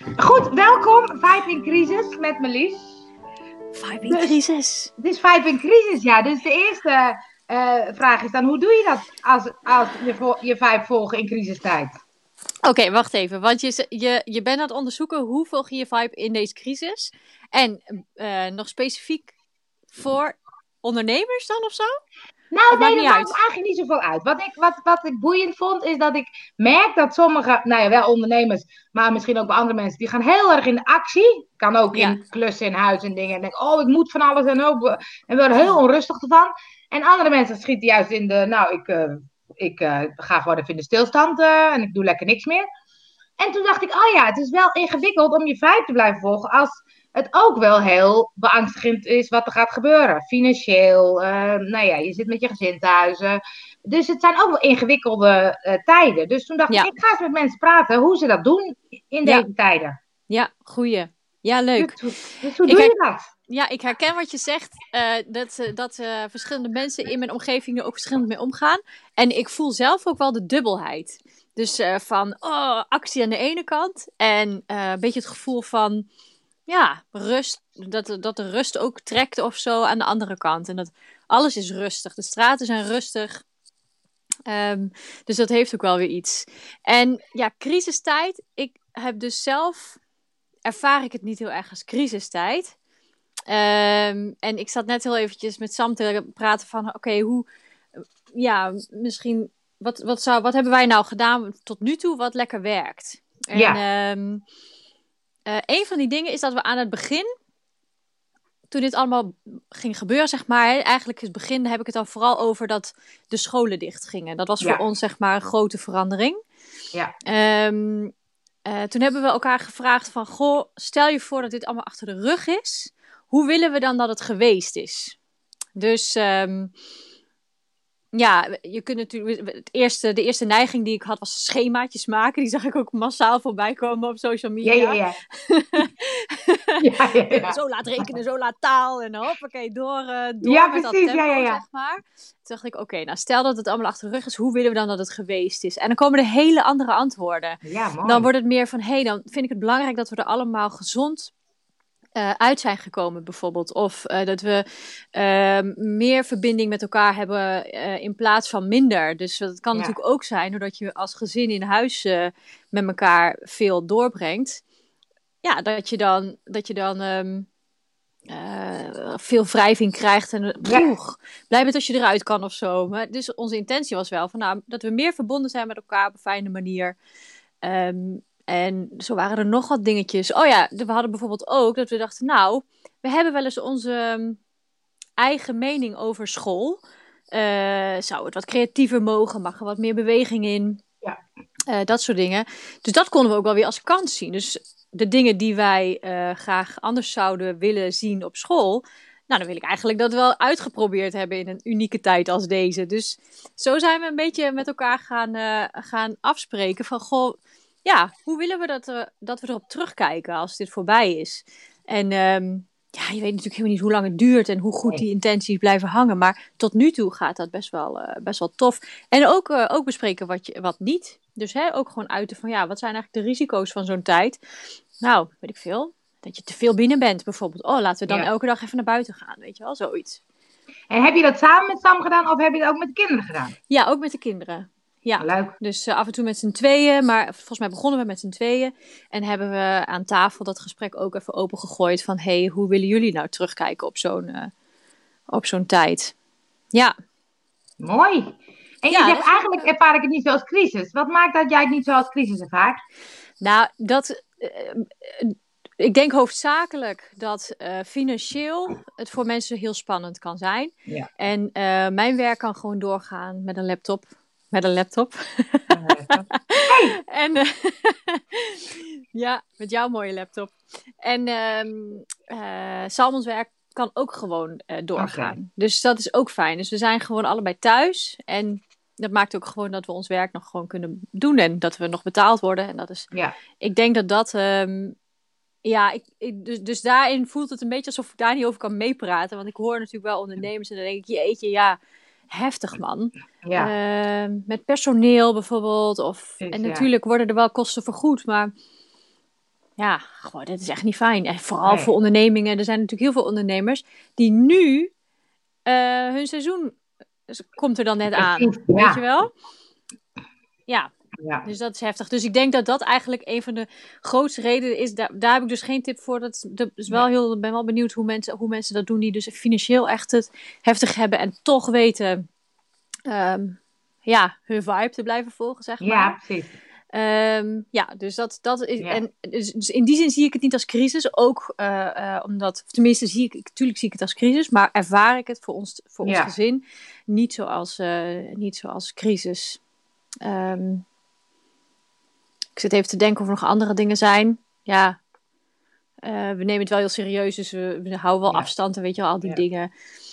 Goed, welkom. Vibe in crisis met Marlies. Vibe in crisis. Het is Vibe in crisis, ja. Dus de eerste vraag is dan, hoe doe je dat als je vibe volgen in crisistijd? Oké, wacht even. Want je bent aan het onderzoeken hoe volg je je vibe in deze crisis. En nog specifiek voor ondernemers dan of zo? Nou, Het maakt nee, niet dat uit. maakt eigenlijk niet zoveel uit. Wat ik boeiend vond, is dat ik merk dat sommige, nou ja, wel ondernemers, maar misschien ook wel andere mensen, die gaan heel erg in de actie. Kan ook Ja. in klussen in huis en dingen. En denken, oh, ik moet van alles en worden heel onrustig ervan. En andere mensen schieten juist in de, nou, ik ga gewoon even in de stilstand en ik doe lekker niks meer. En toen dacht ik, oh ja, het is wel ingewikkeld om je vibe te blijven volgen als het ook wel heel beangstigend is wat er gaat gebeuren. Financieel, nou ja, je zit met je gezin thuis. Dus het zijn ook wel ingewikkelde tijden. Dus toen dacht ik, ik ga eens met mensen praten hoe ze dat doen in deze tijden. Ja, goeie. Ja, leuk. Dus hoe doe je dat? Ja, ik herken wat je zegt. Dat verschillende mensen in mijn omgeving er ook verschillend mee omgaan. En ik voel zelf ook wel de dubbelheid. Dus van actie aan de ene kant. En een beetje het gevoel van rust. Dat de rust ook trekt of zo aan de andere kant. En dat alles is rustig. De straten zijn rustig. Dus dat heeft ook wel weer iets. En ja, crisistijd. Ik heb dus zelf... ervaar ik het niet heel erg als crisistijd. En ik zat net heel eventjes met Sam te praten van... Oké, hoe... Ja, misschien... Wat hebben wij nou gedaan tot nu toe wat lekker werkt? En een van die dingen is dat we aan het begin... Toen dit allemaal ging gebeuren, zeg maar... Eigenlijk in het begin heb ik het dan vooral over dat de scholen dicht gingen. Dat was voor ons, zeg maar, een grote verandering. Ja. Toen hebben we elkaar gevraagd van... Goh, stel je voor dat dit allemaal achter de rug is. Hoe willen we dan dat het geweest is? Dus je kunt natuurlijk... De eerste neiging die ik had was schemaatjes maken. Die zag ik ook massaal voorbij komen op social media. Ja. Zo laat rekenen, zo laat taal. En hoppakee, door met precies, dat tempo, ja. zeg maar. Toen dacht ik, oké, nou stel dat het allemaal achter de rug is. Hoe willen we dan dat het geweest is? En dan komen er hele andere antwoorden. Ja, mooi. Dan wordt het meer van, dan vind ik het belangrijk dat we er allemaal gezond uit zijn gekomen bijvoorbeeld. Of dat we meer verbinding met elkaar hebben in plaats van minder. Dus dat kan natuurlijk ook zijn doordat je als gezin in huis met elkaar veel doorbrengt. Ja, dat je dan veel wrijving krijgt en blij bent als je eruit kan of zo. Maar dus onze intentie was wel van, dat we meer verbonden zijn met elkaar op een fijne manier. En zo waren er nog wat dingetjes. Oh ja, we hadden bijvoorbeeld ook dat we dachten... Nou, we hebben wel eens onze eigen mening over school. Zou het wat creatiever mogen? Mag er wat meer beweging in? Ja. Dat soort dingen. Dus dat konden we ook wel weer als kans zien. Dus de dingen die wij graag anders zouden willen zien op school... Nou, dan wil ik eigenlijk dat wel uitgeprobeerd hebben in een unieke tijd als deze. Dus zo zijn we een beetje met elkaar gaan afspreken van... Goh, ja, hoe willen we dat we erop terugkijken als dit voorbij is? En je weet natuurlijk helemaal niet hoe lang het duurt en hoe goed die intenties blijven hangen. Maar tot nu toe gaat dat best wel tof. En ook bespreken wat niet. Dus ook gewoon uiten van wat zijn eigenlijk de risico's van zo'n tijd? Nou, weet ik veel. Dat je te veel binnen bent bijvoorbeeld. Oh, laten we dan elke dag even naar buiten gaan. Weet je wel, zoiets. En heb je dat samen met Sam gedaan of heb je dat ook met de kinderen gedaan? Ja, ook met de kinderen. Ja, leuk. Dus af en toe met z'n tweeën. Maar volgens mij begonnen we met z'n tweeën. En hebben we aan tafel dat gesprek ook even opengegooid. Van, hoe willen jullie nou terugkijken op zo'n tijd? Ja. Mooi. En je zegt eigenlijk ervaar ik het niet zo als crisis. Wat maakt dat jij het niet zo als crisis ervaart? Nou, ik denk hoofdzakelijk dat financieel het voor mensen heel spannend kan zijn. Ja. En mijn werk kan gewoon doorgaan met een laptop. Met een laptop. Hey. En met jouw mooie laptop. En Salmons werk kan ook gewoon doorgaan. Okay. Dus dat is ook fijn. Dus we zijn gewoon allebei thuis. En dat maakt ook gewoon dat we ons werk nog gewoon kunnen doen. En dat we nog betaald worden. En dat is... Ja. Ik denk dat... Dus daarin voelt het een beetje alsof ik daar niet over kan meepraten. Want ik hoor natuurlijk wel ondernemers. En dan denk ik, jeetje, heftig man. Ja. Met personeel bijvoorbeeld. En natuurlijk worden er wel kosten vergoed. Maar Ja, gewoon, dat is echt niet fijn. En vooral voor Nee. ondernemingen. Er zijn natuurlijk heel veel ondernemers die nu hun seizoen komt er dan net aan. Precies, Weet je ja. wel? Ja, Ja. dus dat is heftig. Dus ik denk dat dat eigenlijk een van de grootste redenen is. Daar heb ik dus geen tip voor. Dat is wel Nee. ik ben wel benieuwd hoe mensen dat doen die dus financieel echt het heftig hebben en toch weten hun vibe te blijven volgen, zeg Ja, maar. precies. Dus dat is. Ja. En dus in die zin zie ik het niet als crisis. Ook omdat, tenminste, natuurlijk zie ik het als crisis, maar ervaar ik het voor ons Ja. gezin niet zoals crisis. Ik zit even te denken of er nog andere dingen zijn. Ja, we nemen het wel heel serieus, dus we houden wel Ja. afstand en weet je wel, al die Ja. dingen.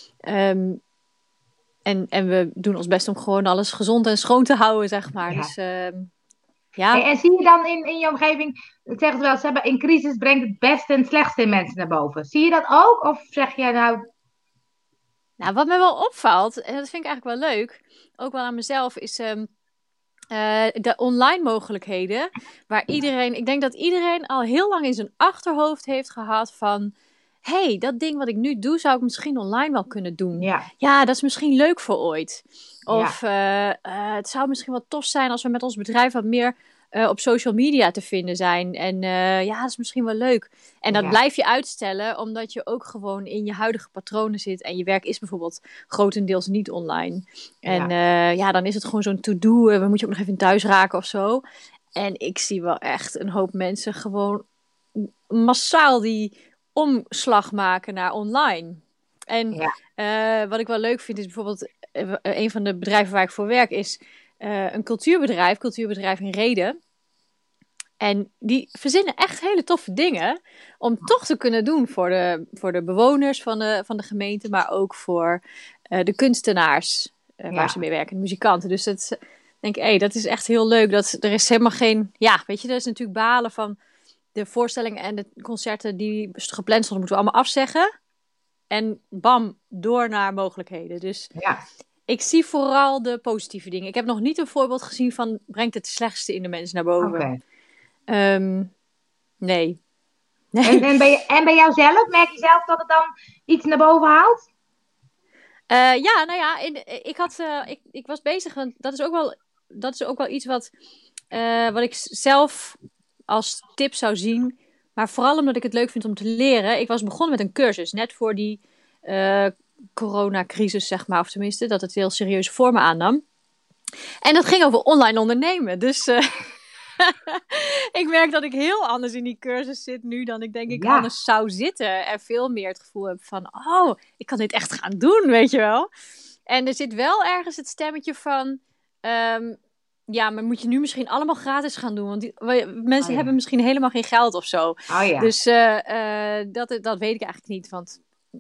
En we doen ons best om gewoon alles gezond en schoon te houden, zeg maar. Ja. Dus Hey, en zie je dan in je omgeving, ik zeg het wel, ze hebben in crisis brengt het beste en het slechtste in mensen naar boven. Zie je dat ook? Of zeg jij nou, Nou, wat me wel opvalt, en dat vind ik eigenlijk wel leuk, ook wel aan mezelf, is de online mogelijkheden. Waar ik denk dat iedereen al heel lang in zijn achterhoofd heeft gehad van, hey, dat ding wat ik nu doe, zou ik misschien online wel kunnen doen. ja, Ja, dat is misschien leuk voor ooit. Of ja, het zou misschien wel tof zijn als we met ons bedrijf wat meer op social media te vinden zijn. En ja, dat is misschien wel leuk. En dat ja, blijf je uitstellen, omdat je ook gewoon in je huidige patronen zit. En je werk is bijvoorbeeld grotendeels niet online. En dan is het gewoon zo'n to-do. We moeten je ook nog even thuis raken of zo. En ik zie wel echt een hoop mensen gewoon massaal die omslag maken naar online. En wat ik wel leuk vind is bijvoorbeeld een van de bedrijven waar ik voor werk is een cultuurbedrijf in Rheden. En die verzinnen echt hele toffe dingen om toch te kunnen doen voor de bewoners van de gemeente, maar ook voor de kunstenaars waar ze mee werken, de muzikanten. Dus dat denk ik, dat is echt heel leuk. Er is helemaal geen, weet je, er is natuurlijk balen van de voorstellingen en de concerten die gepland stonden, moeten we allemaal afzeggen. En bam, door naar mogelijkheden. Dus ik zie vooral de positieve dingen. Ik heb nog niet een voorbeeld gezien van brengt het slechtste in de mensen naar boven. oké. Nee. En bij jouzelf, merk je zelf dat het dan iets naar boven haalt? Ik was bezig, want dat is ook wel iets wat ik zelf als tip zou zien. Maar vooral omdat ik het leuk vind om te leren. Ik was begonnen met een cursus, net voor die coronacrisis, zeg maar. Of tenminste, dat het heel serieuze vormen aannam. En dat ging over online ondernemen. Dus ik merk dat ik heel anders in die cursus zit nu dan ik denk ik anders zou zitten. En veel meer het gevoel heb van, ik kan dit echt gaan doen, weet je wel. En er zit wel ergens het stemmetje van, maar moet je nu misschien allemaal gratis gaan doen? Want mensen hebben misschien helemaal geen geld of zo. Dus dat weet ik eigenlijk niet. Want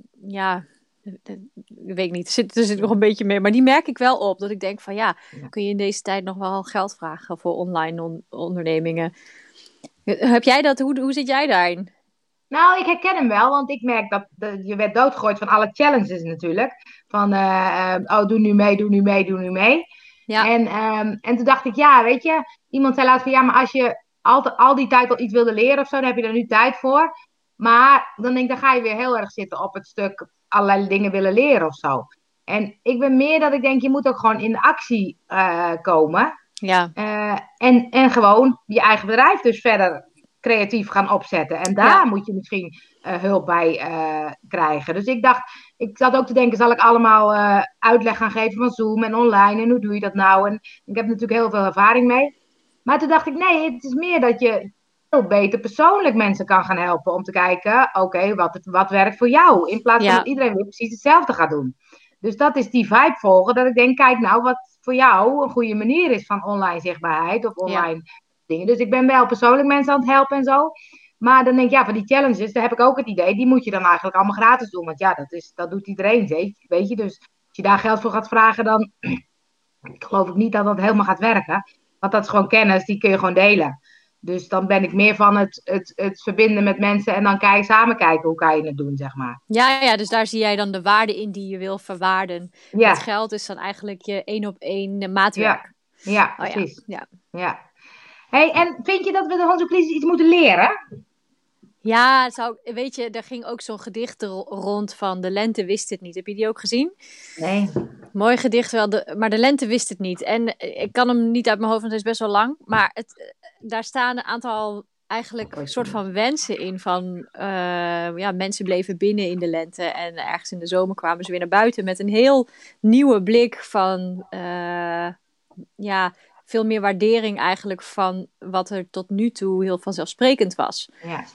dat weet ik niet. Er zit nog een beetje mee. Maar die merk ik wel op. Dat ik denk van kun je in deze tijd nog wel geld vragen voor online ondernemingen? Heb jij dat? Hoe zit jij daarin? Nou, ik herken hem wel, want ik merk dat je werd doodgegooid van alle challenges natuurlijk. Van, doe nu mee, doe nu mee, doe nu mee. Ja. En toen dacht ik, weet je, iemand zei laatst van, maar als je al die tijd al iets wilde leren of zo, dan heb je er nu tijd voor. Maar dan denk ik, dan ga je weer heel erg zitten op het stuk allerlei dingen willen leren of zo. En ik ben meer dat ik denk, je moet ook gewoon in de actie komen. Ja. En gewoon je eigen bedrijf dus verder creatief gaan opzetten. En daar moet je misschien hulp bij krijgen. Dus ik zat ook te denken, zal ik allemaal uitleg gaan geven van Zoom en online en hoe doe je dat nou? En ik heb natuurlijk heel veel ervaring mee. Maar toen dacht ik, nee, het is meer dat je veel beter persoonlijk mensen kan gaan helpen om te kijken, oké, wat werkt voor jou? In plaats van dat iedereen weer precies hetzelfde gaat doen. Dus dat is die vibe volgen, dat ik denk, kijk nou, wat voor jou een goede manier is van online zichtbaarheid of online dingen. Dus ik ben wel persoonlijk mensen aan het helpen en zo. Maar dan denk ik, van die challenges, daar heb ik ook het idee, die moet je dan eigenlijk allemaal gratis doen. Want dat doet iedereen, weet je. Dus als je daar geld voor gaat vragen, dan geloof ik niet dat dat helemaal gaat werken. Want dat is gewoon kennis, die kun je gewoon delen. Dus dan ben ik meer van het verbinden met mensen en dan samen kijken hoe kan je het doen, zeg maar. Ja, dus daar zie jij dan de waarde in die je wil verwaarden. Ja. Het geld is dan eigenlijk je 1-op-1 maatwerk. Ja, precies. Ja. Hey, en vind je dat we de onze crisis iets moeten leren? Ja, weet je, er ging ook zo'n gedicht rond van de lente wist het niet. Heb je die ook gezien? Nee. Mooi gedicht wel, maar de lente wist het niet. En ik kan hem niet uit mijn hoofd, want het is best wel lang. Maar daar staan een aantal eigenlijk soort van wensen in. Van mensen bleven binnen in de lente. En ergens in de zomer kwamen ze weer naar buiten met een heel nieuwe blik van veel meer waardering eigenlijk van wat er tot nu toe heel vanzelfsprekend was. Ja.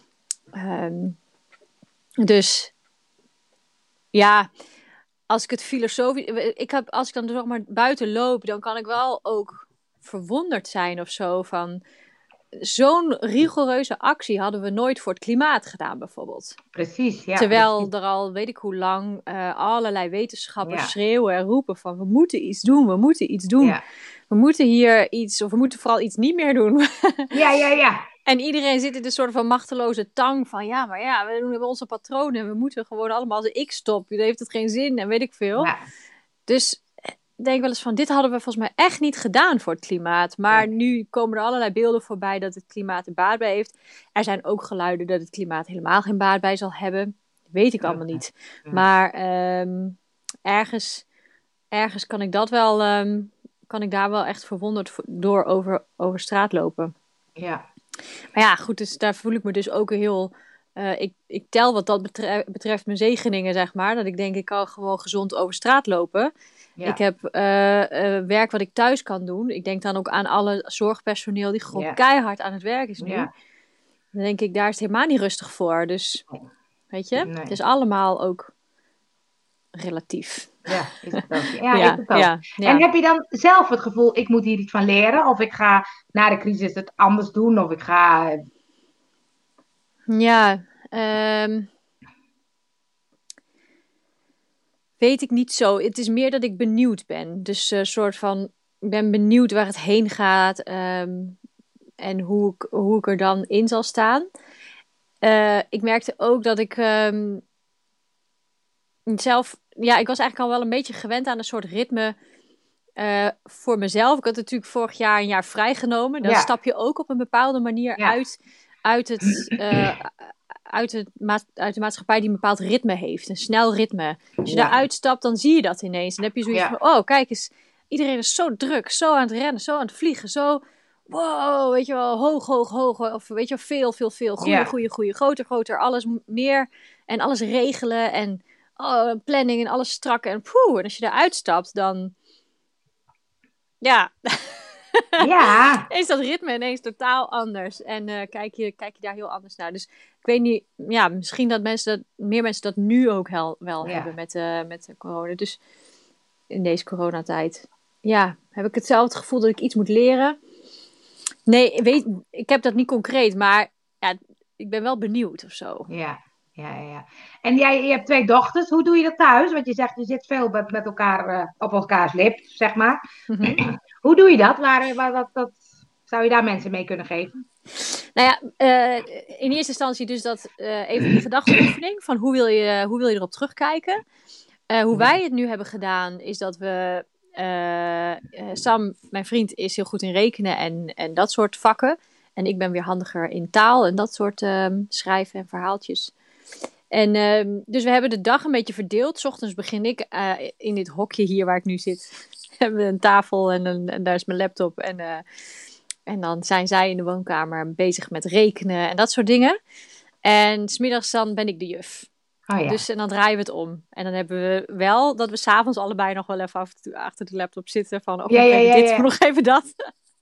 Dus ja, als ik het filosofisch... als ik dan dus ook maar buiten loop, dan kan ik wel ook verwonderd zijn of zo van... Zo'n rigoureuze actie hadden we nooit voor het klimaat gedaan, bijvoorbeeld. Precies, ja. Terwijl precies. er al, weet ik hoe lang, allerlei wetenschappers schreeuwen en roepen van... we moeten iets doen, we moeten iets doen. Ja. We moeten hier iets, of we moeten vooral iets niet meer doen. Ja. En iedereen zit in een soort van machteloze tang van... we hebben onze patronen en we moeten gewoon allemaal als ik stop. Dan heeft het geen zin en weet ik veel. Ja. Dus ik denk wel eens van... dit hadden we volgens mij echt niet gedaan voor het klimaat. Maar nu komen er allerlei beelden voorbij dat het klimaat er baat bij heeft. Er zijn ook geluiden dat het klimaat helemaal geen baat bij zal hebben. Dat weet ik allemaal niet. Maar ergens kan ik dat wel... kan ik daar wel echt verwonderd door over straat lopen. Ja. Maar ja, goed, dus daar voel ik me dus ook heel... ik tel wat dat betreft mijn zegeningen, zeg maar. Dat ik denk, ik kan gewoon gezond over straat lopen. Ja. Ik heb werk wat ik thuis kan doen. Ik denk dan ook aan alle zorgpersoneel die gewoon keihard aan het werk is nu. Ja. Dan denk ik, daar is het helemaal niet rustig voor. Dus, weet je, het is allemaal ook relatief. Ja, is het ook. Ja. En heb je dan zelf het gevoel, ik moet hier iets van leren? Of ik ga na de crisis het anders doen? Of ik ga... Ja, weet ik niet zo. Het is meer dat ik benieuwd ben. Dus soort van, ik ben benieuwd waar het heen gaat. En hoe ik er dan in zal staan. Ik merkte ook dat ik zelf... Ja, ik was eigenlijk al wel een beetje gewend aan een soort ritme voor mezelf. Ik had natuurlijk vorig jaar een jaar vrijgenomen. Dan stap je ook op een bepaalde manier uit de maatschappij die een bepaald ritme heeft. Een snel ritme. Als je daaruit stapt, dan zie je dat ineens. Dan heb je zoiets van, oh, kijk eens. Iedereen is zo druk, zo aan het rennen, zo aan het vliegen, zo... Wow, weet je wel, hoog. Of weet je wel, veel. Goeie. Groter. Alles meer. En alles regelen. En planning en alles strak. En en als je daaruit stapt, dan... Ja. Is dat ritme ineens totaal anders. En kijk je daar heel anders naar. Dus ik weet niet... Ja, misschien dat meer mensen dat nu ook wel hebben met de corona. Dus in deze coronatijd. Ja, heb ik hetzelfde gevoel dat ik iets moet leren. Nee, ik heb dat niet concreet. Maar ja, ik ben wel benieuwd of zo. Ja. En je hebt 2 dochters. Hoe doe je dat thuis? Want je zegt, je zit veel met elkaar op elkaars lip, zeg maar. Mm-hmm. Hoe doe je dat? Wat zou je daar mensen mee kunnen geven? Nou ja, in eerste instantie dus dat even de gedachteoefening. Van hoe wil je erop terugkijken? Hoe wij het nu hebben gedaan, is dat we... Sam, mijn vriend, is heel goed in rekenen en dat soort vakken. En ik ben weer handiger in taal en dat soort schrijven en verhaaltjes. En dus we hebben de dag een beetje verdeeld. 's Ochtends begin ik in dit hokje hier waar ik nu zit. Hebben we een tafel en daar is mijn laptop. En dan zijn zij in de woonkamer bezig met rekenen en dat soort dingen. En 's middags dan ben ik de juf. Oh, ja. Dus en dan draaien we het om. En dan hebben we wel dat we 's avonds allebei nog wel even achter de laptop zitten. Van nog even dit, nog even dat.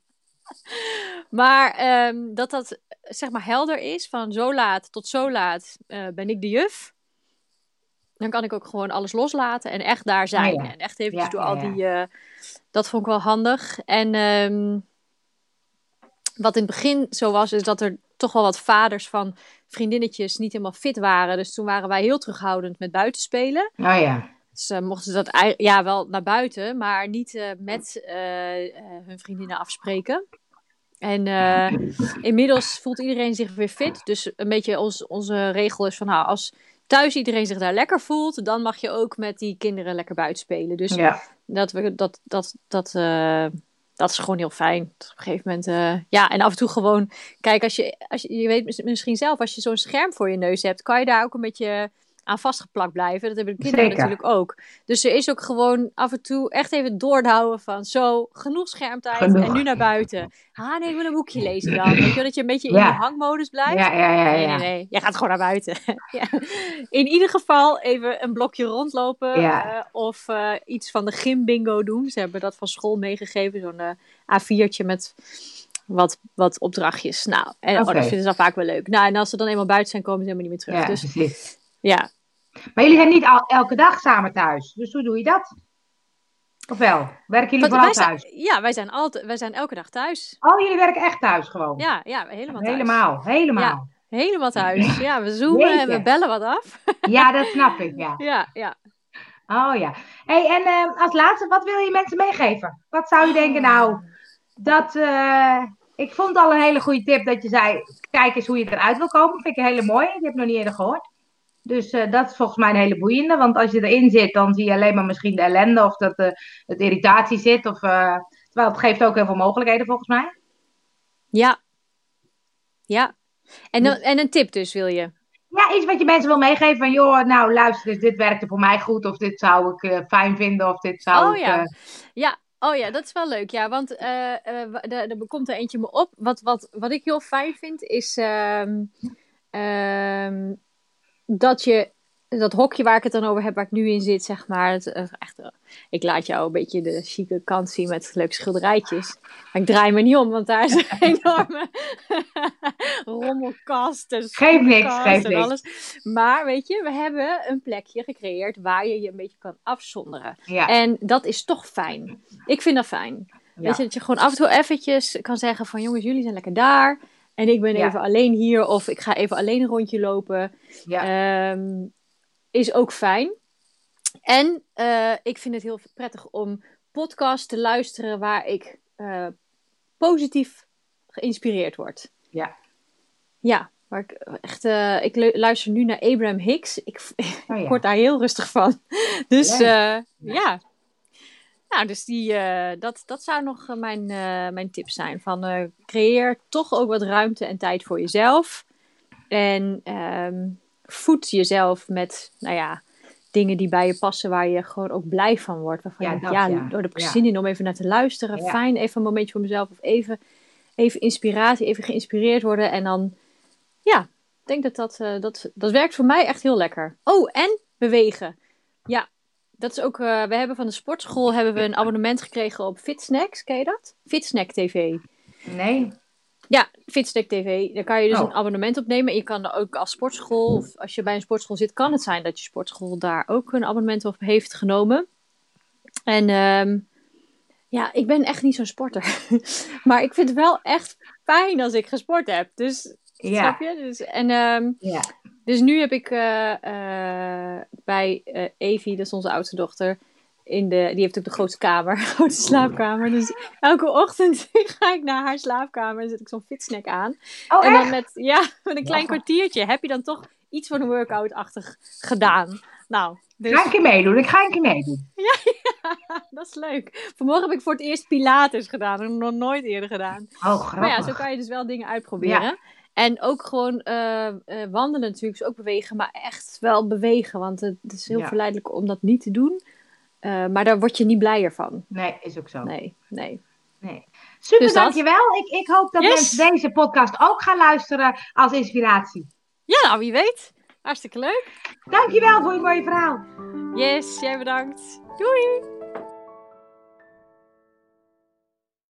Maar dat zeg maar helder is. Van zo laat tot zo laat ben ik de juf. Dan kan ik ook gewoon alles loslaten. En echt daar zijn. Oh, ja. En echt eventjes door al die... dat vond ik wel handig. En wat in het begin zo was, is dat er toch wel wat vaders van vriendinnetjes niet helemaal fit waren. Dus toen waren wij heel terughoudend met buitenspelen. Oh ja. Dus mochten ze dat wel naar buiten, maar niet met hun vriendinnen afspreken. En inmiddels voelt iedereen zich weer fit. Dus een beetje onze regel is van, als thuis iedereen zich daar lekker voelt, dan mag je ook met die kinderen lekker buiten spelen. Dus dat is gewoon heel fijn. Dus op een gegeven moment, en af en toe gewoon, kijk, als je weet misschien zelf, als je zo'n scherm voor je neus hebt, kan je daar ook een beetje aan vastgeplakt blijven. Dat hebben de kinderen natuurlijk ook. Dus er is ook gewoon af en toe echt even doorhouden van zo, genoeg schermtijd en nu naar buiten. Nee, ik wil een boekje lezen dan. Weet je wel, dat je een beetje in die hangmodus blijft. Ja. Nee. Jij gaat gewoon naar buiten. In ieder geval even een blokje rondlopen of iets van de gymbingo doen. Ze hebben dat van school meegegeven, zo'n A4'tje met wat opdrachtjes. Nou, en dat vinden ze dan vaak wel leuk. Nou, en als ze dan eenmaal buiten zijn, komen ze helemaal niet meer terug. Ja, dus precies. ja. Maar jullie zijn niet elke dag samen thuis. Dus hoe doe je dat? Of wel? Werken jullie vooral thuis? Wij zijn elke dag thuis. Oh, jullie werken echt thuis gewoon? Ja, helemaal thuis. Helemaal. Ja, helemaal thuis. Ja, we zoomen en we bellen wat af. Ja, dat snap ik, ja. Ja. Oh ja. Hey, en als laatste, wat wil je mensen meegeven? Wat zou je denken, nou, ik vond al een hele goede tip dat je zei, kijk eens hoe je eruit wil komen. Vind ik een hele mooie, die heb ik nog niet eerder gehoord. Dus dat is volgens mij een hele boeiende. Want als je erin zit, dan zie je alleen maar misschien de ellende of dat het irritatie zit. Terwijl het geeft ook heel veel mogelijkheden volgens mij. Ja. En een tip dus wil je? Ja, iets wat je mensen wil meegeven van, joh, nou luister eens, dit werkte voor mij goed. Of dit zou ik fijn vinden. Of dit zou Ja, dat is wel leuk. Ja, want er komt er eentje me op. Wat ik heel fijn vind is dat hokje waar ik het dan over heb, waar ik nu in zit, zeg maar. Ik laat jou een beetje de chique kant zien met leuke schilderijtjes. Maar ik draai me niet om, want daar is een enorme rommelkast en geef en alles. Maar weet je, we hebben een plekje gecreëerd waar je een beetje kan afzonderen. Ja. En dat is toch fijn. Ik vind dat fijn. Ja. Weet je, dat je gewoon af en toe eventjes kan zeggen van, jongens, jullie zijn lekker daar. En ik ben even alleen hier, of ik ga even alleen een rondje lopen. Ja. Is ook fijn. En ik vind het heel prettig om podcasts te luisteren waar ik positief geïnspireerd word. Ja. Ja, waar ik echt... ik luister nu naar Abraham Hicks. Ik word daar heel rustig van. Dus ja. Nou, dus dat zou nog mijn tip zijn. Van creëer toch ook wat ruimte en tijd voor jezelf. En voed jezelf met, dingen die bij je passen, waar je gewoon ook blij van wordt. Waarvan je denkt, daar heb ik zin in om even naar te luisteren. Ja. Fijn, even een momentje voor mezelf. Of even inspiratie, even geïnspireerd worden. En dan, ik denk dat werkt voor mij echt heel lekker. Oh, en bewegen. Ja. Dat is ook, we hebben van de sportschool een abonnement gekregen op Fitsnacks. Ken je dat? Fitsnack TV. Nee. Ja, Fitsnack TV. Daar kan je dus een abonnement op nemen. En je kan er ook als sportschool, of als je bij een sportschool zit, kan het zijn dat je sportschool daar ook een abonnement op heeft genomen. En ik ben echt niet zo'n sporter. Maar ik vind het wel echt fijn als ik gesport heb. Dus, snap je? Dus, dus nu heb ik bij Evie, dat is onze oudste dochter, die heeft ook de grootste kamer, grote slaapkamer. Dus elke ochtend ga ik naar haar slaapkamer en zet ik zo'n fitsnack aan. Oh, en dan echt? met een klein kwartiertje heb je dan toch iets van een workout-achtig gedaan. Nou, dus... Ik ga een keer meedoen. Ja, dat is leuk. Vanmorgen heb ik voor het eerst Pilates gedaan. Dat heb ik nog nooit eerder gedaan. Oh, grappig. Maar zo kan je dus wel dingen uitproberen. Ja. En ook gewoon wandelen natuurlijk, is ook bewegen, maar echt wel bewegen. Want het is heel verleidelijk om dat niet te doen. Maar daar word je niet blijer van. Nee, is ook zo. Nee. Super, dus dankjewel. Ik hoop dat mensen deze podcast ook gaan luisteren als inspiratie. Ja, nou wie weet. Hartstikke leuk. Dankjewel voor je mooie verhaal. Yes, jij bedankt. Doei.